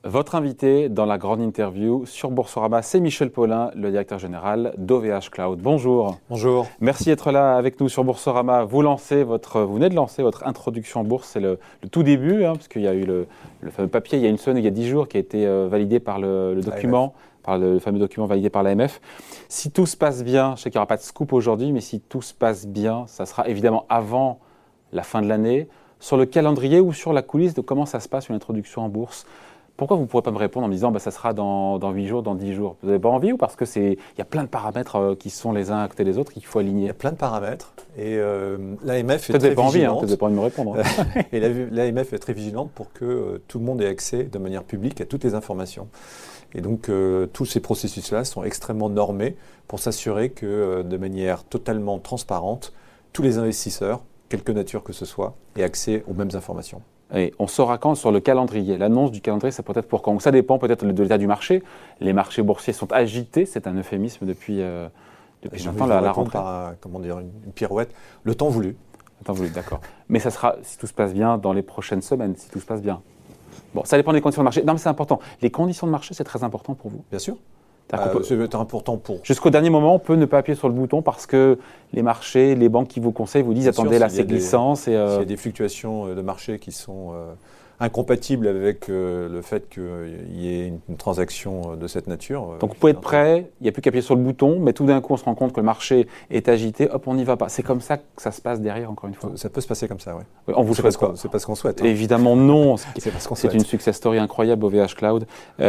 Votre invité dans la grande interview sur Boursorama, c'est Michel Paulin, le directeur général d'OVH Cloud. Bonjour. Bonjour. Merci d'être là avec nous sur Boursorama. Vous venez de lancer votre introduction en bourse. C'est le tout début, parce qu'il y a eu le fameux papier il y a une semaine, il y a 10 jours, qui a été validé par le document, par le fameux document validé par l'AMF. Si tout se passe bien, je sais qu'il n'y aura pas de scoop aujourd'hui, mais si tout se passe bien, ça sera évidemment avant la fin de l'année. Sur le calendrier ou sur la coulisse de comment ça se passe une introduction en bourse, pourquoi vous ne pourrez pas me répondre en me disant ça sera dans 8 jours, dans 10 jours? Vous n'avez pas envie ou parce qu'il y a plein de paramètres qui sont les uns à côté des autres qu'il faut aligner? Il y a plein de paramètres et l'AMF est très vigilante. Peut-être pas envie de me répondre. Et l'AMF est très vigilante pour que tout le monde ait accès de manière publique à toutes les informations. Et donc tous ces processus-là sont extrêmement normés pour s'assurer que de manière totalement transparente, tous les investisseurs, quelque nature que ce soit, aient accès aux mêmes informations. Et on saura quand sur le calendrier. L'annonce du calendrier, c'est peut-être pour quand. Donc ça dépend peut-être de l'état du marché. Les marchés boursiers sont agités, c'est un euphémisme depuis longtemps, la rentrée. Par une pirouette. Le temps voulu. Le temps voulu, d'accord. Mais ça sera, si tout se passe bien, dans les prochaines semaines, si tout se passe bien. Bon, ça dépend des conditions de marché. Non, mais c'est important. Les conditions de marché, c'est très important pour vous. Bien sûr. C'est important pour... Jusqu'au dernier moment, on peut ne pas appuyer sur le bouton parce que les marchés, les banques qui vous conseillent vous disent attendez, là c'est glissant. S'il y a des fluctuations de marché qui sont incompatibles avec le fait qu'il y ait une transaction de cette nature. Donc vous pouvez être prêt, il n'y a plus qu'à appuyer sur le bouton, mais tout d'un coup on se rend compte que le marché est agité, hop, on n'y va pas. C'est comme ça que ça se passe derrière, encore une fois. Ça peut se passer comme ça, oui. On vous souhaite quoi? C'est pas ce qu'on souhaite. Évidemment non, c'est une success story incroyable OVH Cloud.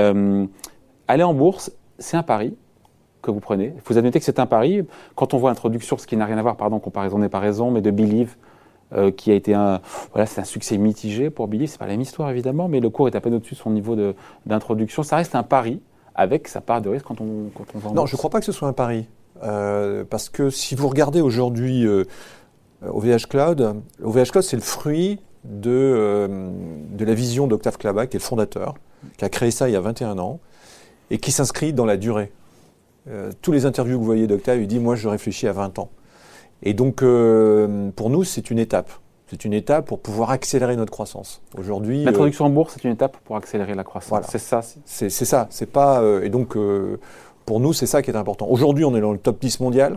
Aller en bourse, c'est un pari que vous prenez. Vous admettez que c'est un pari. Quand on voit l'introduction, ce qui n'a rien à voir, comparaison n'est pas raison, mais de Believe, qui a été c'est un succès mitigé pour Believe. C'est pas la même histoire évidemment, mais le cours est à peine au-dessus de son niveau d'introduction. Ça reste un pari avec sa part de risque quand on vend. Non, je ne crois pas que ce soit un pari. Parce que si vous regardez aujourd'hui OVH Cloud, c'est le fruit de la vision d'Octave Klaba, qui est le fondateur, qui a créé ça il y a 21 ans, et qui s'inscrit dans la durée. Tous les interviews que vous voyez d'Octave, il dit « moi je réfléchis à 20 ans ». Et donc pour nous, c'est une étape. C'est une étape pour pouvoir accélérer notre croissance. Aujourd'hui, l'introduction en bourse, c'est une étape pour accélérer la croissance. Voilà. C'est ça. C'est ça. C'est pas, et donc pour nous, c'est ça qui est important. Aujourd'hui, on est dans le top 10 mondial.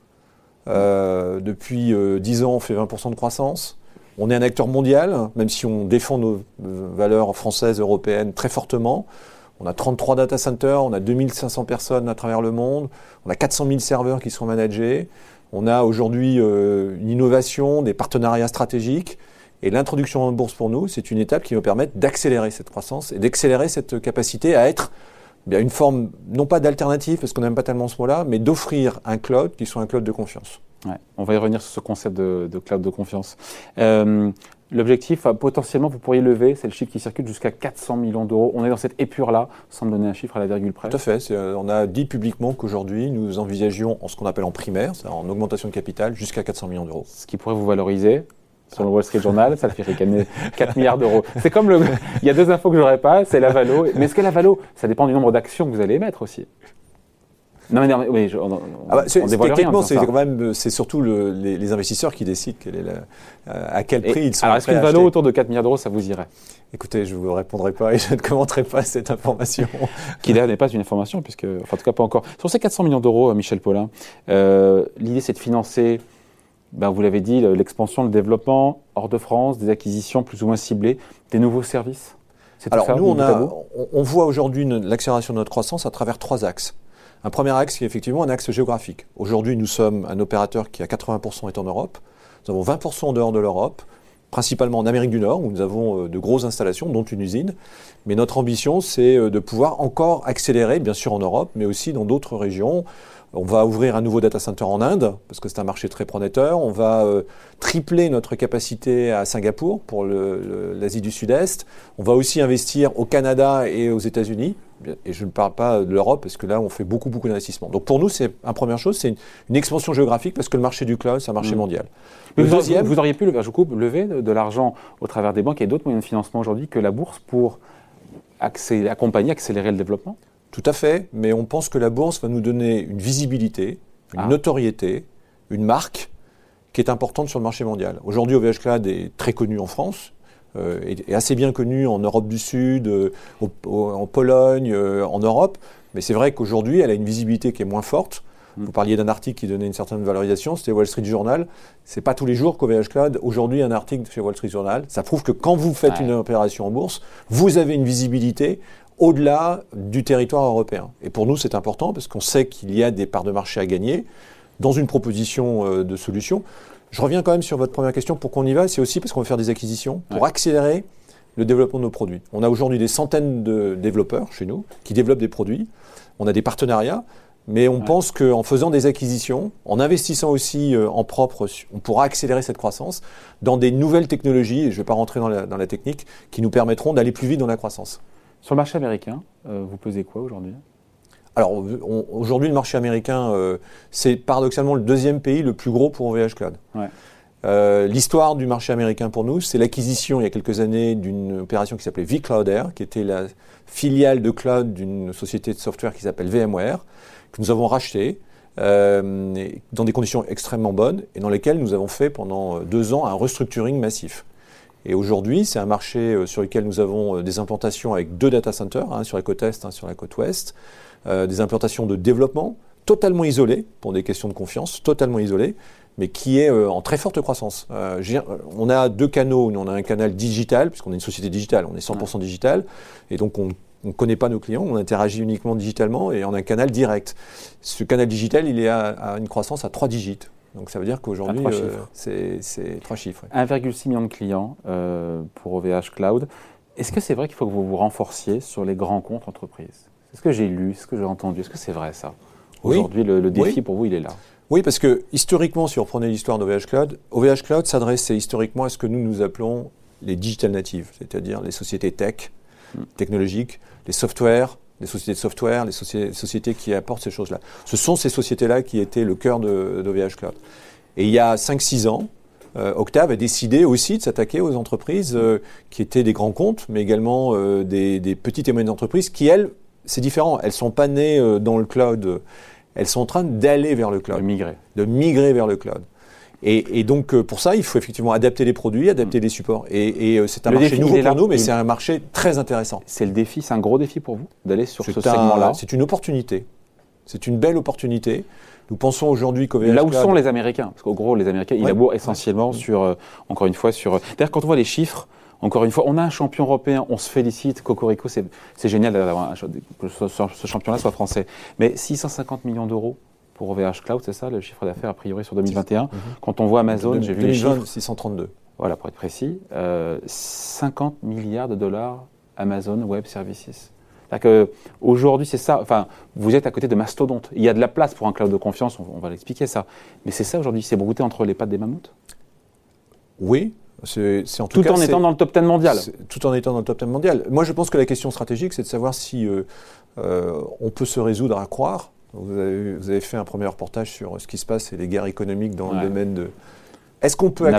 Depuis 10 ans, on fait 20% de croissance. On est un acteur mondial, même si on défend nos valeurs françaises, européennes très fortement. On a 33 data centers, on a 2500 personnes à travers le monde, on a 400 000 serveurs qui sont managés, on a aujourd'hui une innovation, des partenariats stratégiques, et l'introduction en bourse pour nous, c'est une étape qui va permettre d'accélérer cette croissance et d'accélérer cette capacité à être une forme, non pas d'alternative, parce qu'on n'aime pas tellement ce mot-là, mais d'offrir un cloud qui soit un cloud de confiance. Ouais, on va y revenir sur ce concept de cloud de confiance. L'objectif, potentiellement, vous pourriez lever, c'est le chiffre qui circule, jusqu'à 400 millions d'euros. On est dans cette épure-là, sans me donner un chiffre à la virgule près. Tout à fait. On a dit publiquement qu'aujourd'hui, nous envisagions ce qu'on appelle en primaire, c'est-à-dire en augmentation de capital, jusqu'à 400 millions d'euros. Ce qui pourrait vous valoriser. Sur le Wall Street Journal, ça le fait ricaner 4 milliards d'euros. C'est comme il y a deux infos que je n'aurais pas, c'est la valo. Mais est-ce que la valo, ça dépend du nombre d'actions que vous allez émettre aussi? Non, mais oui, on dévoile rien. C'est surtout les investisseurs qui décident à quel prix ils sont. Alors, est-ce qu'une valo autour de 4 milliards d'euros, ça vous irait? Écoutez, je ne vous répondrai pas et je ne commenterai pas cette information. Qui d'ailleurs n'est pas une information, en tout cas pas encore. Sur ces 400 millions d'euros, Michel Paulin, l'idée c'est de financer, vous l'avez dit, l'expansion, le développement hors de France, des acquisitions plus ou moins ciblées, des nouveaux services. Alors nous, on voit aujourd'hui l'accélération de notre croissance à travers 3 axes. Un premier axe qui est effectivement un axe géographique. Aujourd'hui, nous sommes un opérateur qui à 80% est en Europe. Nous avons 20% en dehors de l'Europe, principalement en Amérique du Nord, où nous avons de grosses installations, dont une usine. Mais notre ambition, c'est de pouvoir encore accélérer, bien sûr en Europe, mais aussi dans d'autres régions. On va ouvrir un nouveau data center en Inde, parce que c'est un marché très prometteur. On va tripler notre capacité à Singapour pour l'Asie du Sud-Est. On va aussi investir au Canada et aux États-Unis. Et je ne parle pas de l'Europe, parce que là, on fait beaucoup d'investissements. Donc pour nous, c'est la première chose, c'est une expansion géographique, parce que le marché du cloud, c'est un marché mondial. Mais vous auriez pu, lever de l'argent au travers des banques et d'autres moyens de financement aujourd'hui que la bourse pour accompagner, accélérer le développement? Tout à fait, mais on pense que la bourse va nous donner une visibilité, une notoriété, une marque qui est importante sur le marché mondial. Aujourd'hui, OVH Cloud est très connu en France. est assez bien connue en Europe du Sud, en Pologne, en Europe. Mais c'est vrai qu'aujourd'hui, elle a une visibilité qui est moins forte. Vous parliez d'un article qui donnait une certaine valorisation, c'était Wall Street Journal. C'est pas tous les jours qu'OVH Cloud, aujourd'hui, un article chez Wall Street Journal. Ça prouve que quand vous faites une opération en bourse, vous avez une visibilité au-delà du territoire européen. Et pour nous, c'est important parce qu'on sait qu'il y a des parts de marché à gagner dans une proposition de solution. Je reviens quand même sur votre première question. Pourquoi on y va ? C'est aussi parce qu'on veut faire des acquisitions pour accélérer le développement de nos produits. On a aujourd'hui des centaines de développeurs chez nous qui développent des produits. On a des partenariats, mais on pense qu'en faisant des acquisitions, en investissant aussi en propre, on pourra accélérer cette croissance dans des nouvelles technologies, et je ne vais pas rentrer dans la technique, qui nous permettront d'aller plus vite dans la croissance. Sur le marché américain, vous pesez quoi aujourd'hui ? Alors aujourd'hui, le marché américain, c'est paradoxalement le deuxième pays le plus gros pour OVH Cloud. L'histoire du marché américain pour nous, c'est l'acquisition il y a quelques années d'une opération qui s'appelait vCloudAir, qui était la filiale de cloud d'une société de software qui s'appelle VMware, que nous avons racheté dans des conditions extrêmement bonnes et dans lesquelles nous avons fait pendant 2 ans un restructuring massif. Et aujourd'hui, c'est un marché sur lequel nous avons des implantations avec 2 data centers, un sur la côte est, un sur la côte ouest, des implantations de développement totalement isolées, pour des questions de confiance, totalement isolées, mais qui est en très forte croissance. On a 2 canaux. On a un canal digital, puisqu'on est une société digitale, on est 100% digital, et donc on ne connaît pas nos clients, on interagit uniquement digitalement, et on a un canal direct. Ce canal digital, il est à une croissance à 3 digits. Donc ça veut dire qu'aujourd'hui, c'est 3 chiffres. 1,6 million de clients pour OVH Cloud. Est-ce que c'est vrai qu'il faut que vous vous renforciez sur les grands comptes entreprises ? C'est ce que j'ai lu, c'est ce que j'ai entendu. Est-ce que c'est vrai ça ? Aujourd'hui, le défi pour vous, il est là. Oui, parce que historiquement, si on reprenait l'histoire d'OVH Cloud s'adressait historiquement à ce que nous appelons les digital natives, c'est-à-dire les sociétés tech, technologiques, les softwares, les sociétés de software, les sociétés qui apportent ces choses-là. Ce sont ces sociétés-là qui étaient le cœur d'OVH Cloud. Et il y a 5-6 ans, Octave a décidé aussi de s'attaquer aux entreprises qui étaient des grands comptes, mais également des petites et moyennes entreprises qui, elles, c'est différent. Elles ne sont pas nées dans le cloud. Elles sont en train d'aller vers le cloud. De migrer vers le cloud. Et donc, pour ça, il faut effectivement adapter les produits, adapter les supports. Et c'est un marché nouveau pour nous, mais c'est un marché très intéressant. C'est le défi, c'est un gros défi pour vous, d'aller sur ce segment-là. C'est une opportunité. C'est une belle opportunité. Nous pensons aujourd'hui qu'OVH Là où sont les Américains ? Parce qu'au gros, les Américains, ils labourent essentiellement sur, encore une fois, sur... D'ailleurs, quand on voit les chiffres, encore une fois, on a un champion européen, on se félicite, Cocorico, c'est génial que ce champion-là soit français. Mais 650 millions d'euros pour OVH Cloud, c'est ça le chiffre d'affaires a priori sur 2021. Quand on voit Amazon, j'ai vu les chiffres. 632. Voilà, pour être précis. 50 milliards de dollars Amazon Web Services. C'est-à-dire qu'aujourd'hui, c'est ça. Enfin, vous êtes à côté de mastodontes. Il y a de la place pour un cloud de confiance, on va l'expliquer ça. Mais c'est ça aujourd'hui, c'est brouté entre les pattes des mammouths ? Oui. Tout en étant dans le top 10 mondial. Tout en étant dans le top 10 mondial. Moi, je pense que la question stratégique, c'est de savoir si on peut se résoudre à croire. Vous avez fait un premier reportage sur ce qui se passe et les guerres économiques dans le domaine de... Est-ce qu'on peut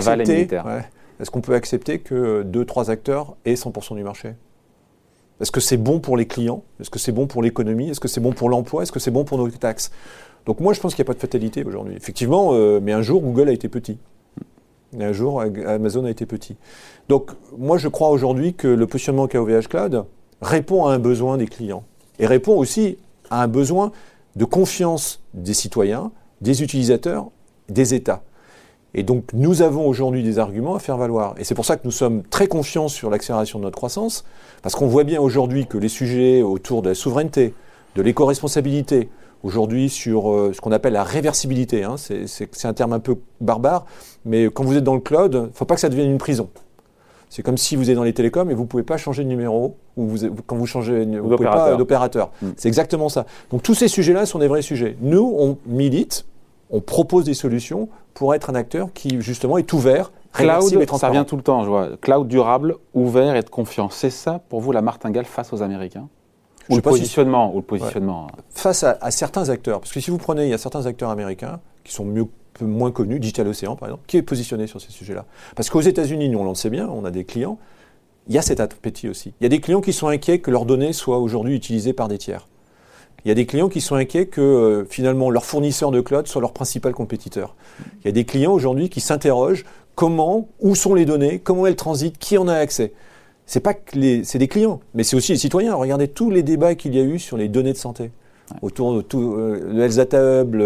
accepter que 2-3 acteurs aient 100% du marché ? Est-ce que c'est bon pour les clients ? Est-ce que c'est bon pour l'économie ? Est-ce que c'est bon pour l'emploi ? Est-ce que c'est bon pour nos taxes ? Donc moi, je pense qu'il n'y a pas de fatalité aujourd'hui. Effectivement, mais un jour, Google a été petit. Et un jour, Amazon a été petit. Donc, moi, je crois aujourd'hui que le positionnement qu'a OVH Cloud répond à un besoin des clients et répond aussi à un besoin de confiance des citoyens, des utilisateurs, des États. Et donc, nous avons aujourd'hui des arguments à faire valoir. Et c'est pour ça que nous sommes très confiants sur l'accélération de notre croissance, parce qu'on voit bien aujourd'hui que les sujets autour de la souveraineté, de l'éco-responsabilité, aujourd'hui sur ce qu'on appelle la réversibilité, hein, c'est un terme un peu barbare, mais quand vous êtes dans le cloud, il ne faut pas que ça devienne une prison. C'est comme si vous êtes dans les télécoms et vous ne pouvez pas changer de numéro, ou quand vous changez, vous ne pouvez pas d'opérateur. C'est exactement ça. Donc tous ces sujets-là sont des vrais sujets. Nous, on milite, on propose des solutions pour être un acteur qui, justement, est ouvert, réversible et transparent. Ça revient tout le temps, je vois. Cloud durable, ouvert et de confiance. C'est ça, pour vous, la martingale face aux Américains ? Ou le positionnement, Face à certains acteurs. Parce que si vous prenez, il y a certains acteurs américains qui sont moins connus, Digital Ocean par exemple, qui est positionné sur ces sujets-là. Parce qu'aux États-Unis, nous on le sait bien, on a des clients, il y a cet appétit aussi. Il y a des clients qui sont inquiets que leurs données soient aujourd'hui utilisées par des tiers. Il y a des clients qui sont inquiets que finalement leur fournisseur de cloud soit leur principal compétiteur. Il y a des clients aujourd'hui qui s'interrogent où sont les données, comment elles transitent, qui en a accès. C'est pas que c'est des clients, mais c'est aussi les citoyens. Regardez tous les débats qu'il y a eu sur les données de santé. Autour de tout le Health Data Hub,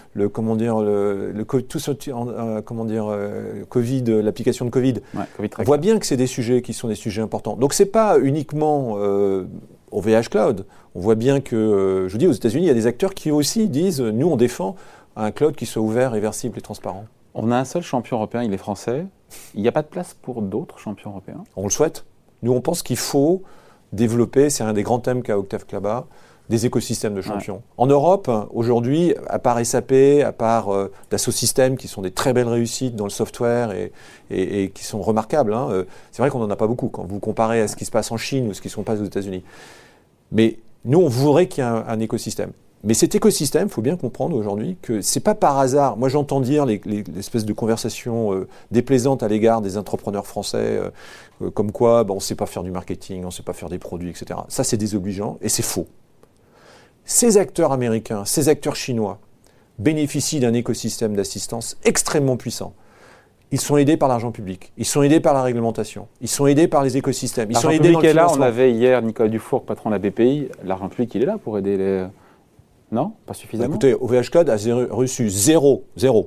Covid, l'application de Covid. On voit bien que c'est des sujets qui sont des sujets importants. Donc c'est pas uniquement OVH Cloud. On voit bien que, je vous dis, aux États-Unis, il y a des acteurs qui aussi disent, nous on défend un cloud qui soit ouvert, réversible et transparent. On a un seul champion européen, il est français. Il n'y a pas de place pour d'autres champions européens? On le souhaite. Nous on pense qu'il faut développer, c'est un des grands thèmes qu'a Octave Klaba, des écosystèmes de champions. En Europe, aujourd'hui, à part SAP, à part Dassault Systèmes, qui sont des très belles réussites dans le software et qui sont remarquables, c'est vrai qu'on n'en a pas beaucoup quand vous comparez à ce qui se passe en Chine ou ce qui se passe aux États-Unis. Mais nous, on voudrait qu'il y ait un écosystème. Mais cet écosystème, il faut bien comprendre aujourd'hui que ce n'est pas par hasard. Moi, j'entends dire l'espèce de conversation déplaisante à l'égard des entrepreneurs français, comme quoi on ne sait pas faire du marketing, on ne sait pas faire des produits, etc. Ça, c'est désobligeant et c'est faux. Ces acteurs américains, ces acteurs chinois bénéficient d'un écosystème d'assistance extrêmement puissant. Ils sont aidés par l'argent public, ils sont aidés par la réglementation, ils sont aidés par les écosystèmes, ils sont aidés dans le financement. On avait hier Nicolas Dufour, patron de la BPI, l'argent public, il est là pour aider les... Non, pas suffisamment. Écoutez, OVH Cloud a reçu 0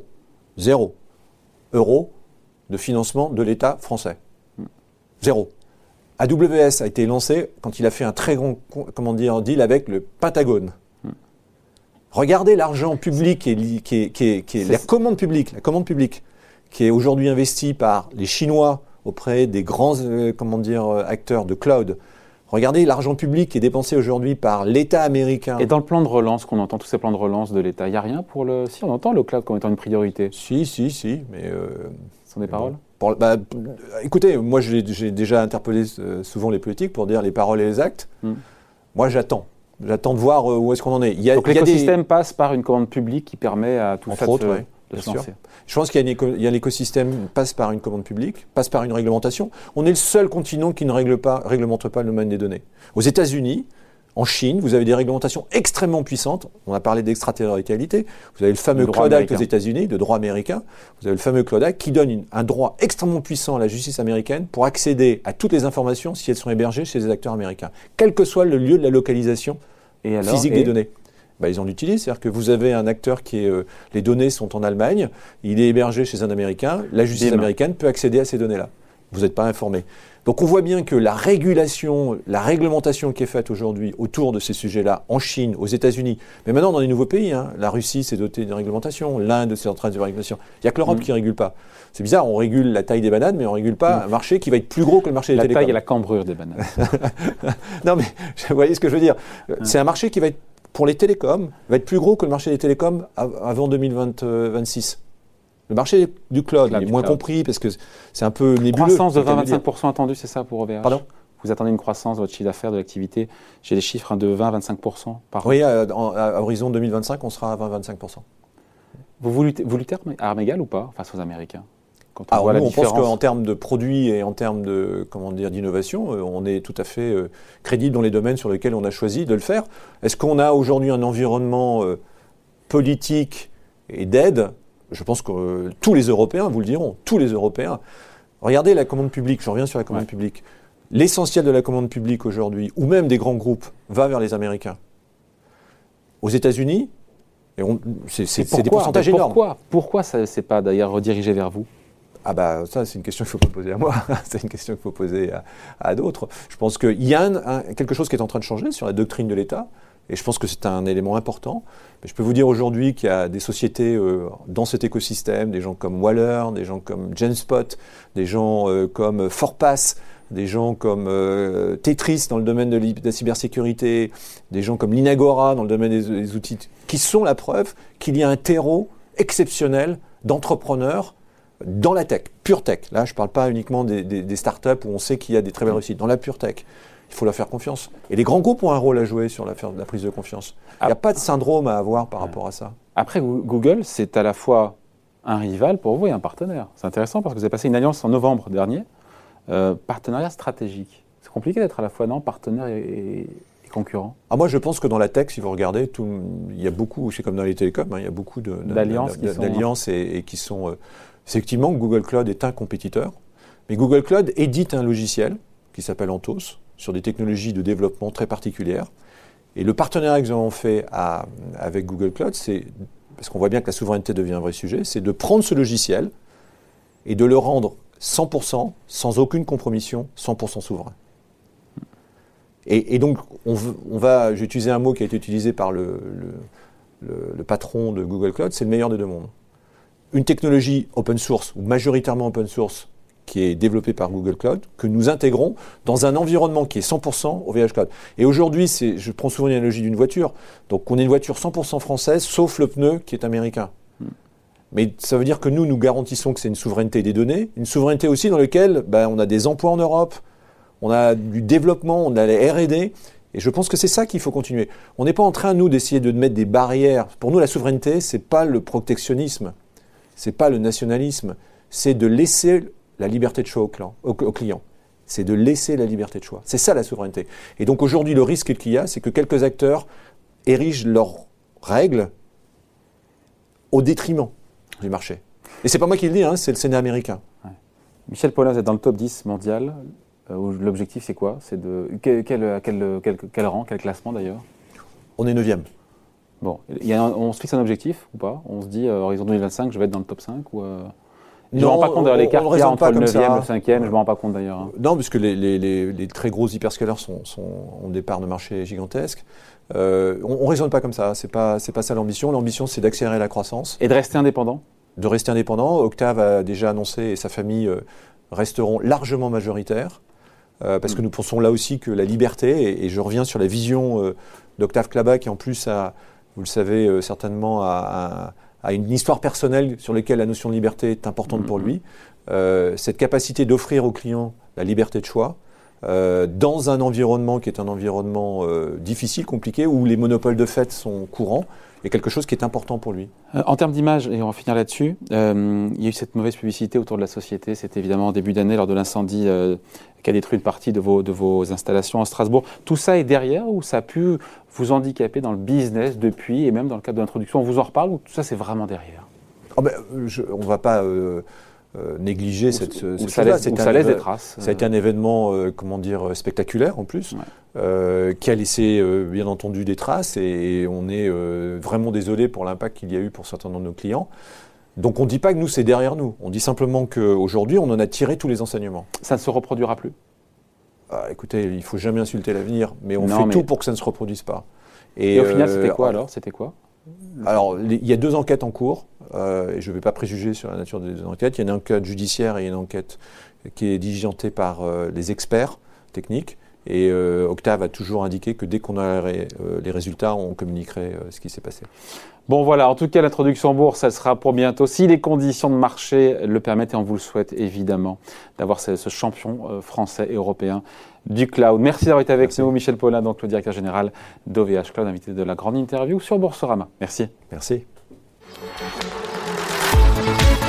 euros de financement de l'État français. 0. AWS a été lancé quand il a fait un très grand deal avec le Pentagone. Regardez l'argent public qui est la commande publique, qui est aujourd'hui investie par les Chinois auprès des grands acteurs de cloud. Regardez l'argent public qui est dépensé aujourd'hui par l'État américain. Et dans le plan de relance qu'on entend, tous ces plans de relance de l'État, il n'y a rien pour le... Si, on entend le cloud comme étant une priorité. Si, mais... Ce sont des paroles. Écoutez, moi j'ai déjà interpellé souvent les politiques pour dire les paroles et les actes. Moi j'attends de voir où est-ce qu'on en est. Donc l'écosystème passe par une commande publique qui permet à tout ça de se lancer. Je pense qu'il y a l'écosystème passe par une commande publique, passe par une réglementation. On est le seul continent qui ne réglemente pas le domaine des données. Aux États-Unis, en Chine, vous avez des réglementations extrêmement puissantes. On a parlé d'extraterritorialité. Vous avez le fameux Cloud Act aux États-Unis, de droit américain. Vous avez le fameux Cloud Act qui donne un droit extrêmement puissant à la justice américaine pour accéder à toutes les informations si elles sont hébergées chez les acteurs américains, quel que soit le lieu de la localisation physique des données. Ils en utilisent, c'est-à-dire que vous avez un acteur les données sont en Allemagne, il est hébergé chez un Américain, la justice américaine peut accéder à ces données-là. Vous n'êtes pas informé. Donc on voit bien que la réglementation qui est faite aujourd'hui autour de ces sujets-là, en Chine, aux États-Unis, mais maintenant dans les nouveaux pays, la Russie s'est dotée d'une réglementation, l'Inde s'est en train de réglementation. Il n'y a que l'Europe qui ne régule pas. C'est bizarre, on régule la taille des bananes, mais on ne régule pas un marché qui va être plus gros que le marché des télécoms. La taille et la cambrure des bananes. Non mais, vous voyez ce que je veux dire. C'est un marché qui va être, pour les télécoms, va être plus gros que le marché des télécoms avant 2026. Le marché du cloud, il est moins compris parce que c'est un peu nébuleux. Croissance de 20-25% attendue, c'est ça pour OVH? Pardon? Vous attendez une croissance de votre chiffre d'affaires, de l'activité. J'ai des chiffres de 20-25% par an. Oui, à horizon 2025, on sera à 20-25%. Vous luttez à armes égales ou pas face aux Américains? On pense qu'en termes de produits et en termes d'innovation, on est tout à fait crédible dans les domaines sur lesquels on a choisi de le faire. Est-ce qu'on a aujourd'hui un environnement politique et d'aide? Je pense que tous les Européens vous le diront, tous les Européens. Regardez la commande publique, je reviens sur la commande publique. L'essentiel de la commande publique aujourd'hui, ou même des grands groupes, va vers les Américains. Aux États-Unis, c'est des pourcentages énormes. Pourquoi ça ne s'est pas d'ailleurs redirigé vers vous? Ça, c'est une question qu'il ne faut pas poser à moi, c'est une question qu'il faut poser à d'autres. Je pense qu'il y a quelque chose qui est en train de changer sur la doctrine de l'État, et je pense que c'est un élément important. Mais je peux vous dire aujourd'hui qu'il y a des sociétés dans cet écosystème, des gens comme Waller, des gens comme Genspot, des gens comme Forpass, des gens comme Tetris dans le domaine de la cybersécurité, des gens comme Linagora dans le domaine des outils, qui sont la preuve qu'il y a un terreau exceptionnel d'entrepreneurs dans la tech, pure tech. Là, je ne parle pas uniquement des startups où on sait qu'il y a des très belles réussites. Dans la pure tech, il faut leur faire confiance. Et les grands groupes ont un rôle à jouer sur la prise de confiance. Il n'y a pas de syndrome à avoir par rapport à ça. Après, Google, c'est à la fois un rival pour vous et un partenaire. C'est intéressant parce que vous avez passé une alliance en novembre dernier. Partenariat stratégique. C'est compliqué d'être à la fois partenaire et concurrent. Moi, je pense que dans la tech, si vous regardez, il y a beaucoup, c'est comme dans les télécoms, il y a beaucoup d'alliances et qui sont Effectivement, Google Cloud est un compétiteur, mais Google Cloud édite un logiciel qui s'appelle Anthos, sur des technologies de développement très particulières. Et le partenariat que nous avons fait avec Google Cloud, c'est, parce qu'on voit bien que la souveraineté devient un vrai sujet, c'est de prendre ce logiciel et de le rendre 100%, sans aucune compromission, 100% souverain. Et donc, j'ai utilisé un mot qui a été utilisé par le patron de Google Cloud, c'est le meilleur des deux mondes. Une technologie open source, ou majoritairement open source, qui est développée par Google Cloud, que nous intégrons dans un environnement qui est 100% OVH Cloud. Et aujourd'hui, je prends souvent l'analogie d'une voiture. Donc, on est une voiture 100% française, sauf le pneu qui est américain. Mais ça veut dire que nous garantissons que c'est une souveraineté des données, une souveraineté aussi dans laquelle on a des emplois en Europe, on a du développement, on a les R&D. Et je pense que c'est ça qu'il faut continuer. On n'est pas en train, nous, d'essayer de mettre des barrières. Pour nous, la souveraineté, c'est pas le protectionnisme, c'est pas le nationalisme, c'est de laisser la liberté de choix au client. C'est de laisser la liberté de choix. C'est ça la souveraineté. Et donc aujourd'hui, le risque qu'il y a, c'est que quelques acteurs érigent leurs règles au détriment du marché. Et c'est pas moi qui le dis, c'est le Sénat américain. Ouais. Michel Paulin, vous êtes dans le top 10 mondial. L'objectif, c'est quoi? C'est quel rang, quel classement d'ailleurs? On est 9e. Bon, on se fixe un objectif ou pas? On se dit, horizon 2025, je vais être dans le top 5 ou Je ne me rends pas compte de l'écart qu'il y a entre le 9e et le 5e, je ne me rends pas compte d'ailleurs. Non, puisque les très gros hyperscalers ont des parts de marché gigantesques. On ne raisonne pas comme ça, c'est pas ça l'ambition. L'ambition, c'est d'accélérer la croissance. Et de rester indépendant? De rester indépendant. Octave a déjà annoncé, et sa famille resteront largement majoritaires, parce que nous pensons là aussi que la liberté, et je reviens sur la vision d'Octave Klaba, qui en plus a, vous le savez certainement, a une histoire personnelle sur laquelle la notion de liberté est importante pour lui. Cette capacité d'offrir aux clients la liberté de choix dans un environnement qui est un environnement difficile, compliqué, où les monopoles de fait sont courants, est quelque chose qui est important pour lui. En termes d'image, et on va finir là-dessus, il y a eu cette mauvaise publicité autour de la société. C'était évidemment en début d'année lors de l'incendie qui a détruit une partie de vos installations à Strasbourg. Tout ça est derrière ou ça a pu vous handicaper dans le business depuis et même dans le cadre de l'introduction? On vous en reparle ou tout ça c'est vraiment derrière? On ne va pas négliger cette ça laisse des traces. Ça a été un événement spectaculaire en plus, qui a laissé bien entendu des traces et on est vraiment désolé pour l'impact qu'il y a eu pour certains de nos clients. Donc on ne dit pas que nous c'est derrière nous, on dit simplement qu'aujourd'hui on en a tiré tous les enseignements. Ça ne se reproduira plus? Écoutez, il ne faut jamais insulter l'avenir, mais on fait tout pour que ça ne se reproduise pas. Et au final c'était quoi alors? C'était quoi? Alors, il y a 2 enquêtes en cours, et je ne vais pas préjuger sur la nature des 2 enquêtes. Il y a une enquête judiciaire et une enquête qui est diligentée par les experts techniques. Et Octave a toujours indiqué que dès qu'on aurait les résultats, on communiquerait ce qui s'est passé. Bon voilà, en tout cas l'introduction en bourse, elle sera pour bientôt. Si les conditions de marché le permettent, et on vous le souhaite évidemment, d'avoir ce champion français et européen du cloud. Merci d'avoir été avec nous, Michel Paulin, donc le directeur général d'OVH Cloud, invité de la grande interview sur Boursorama. Merci. Merci.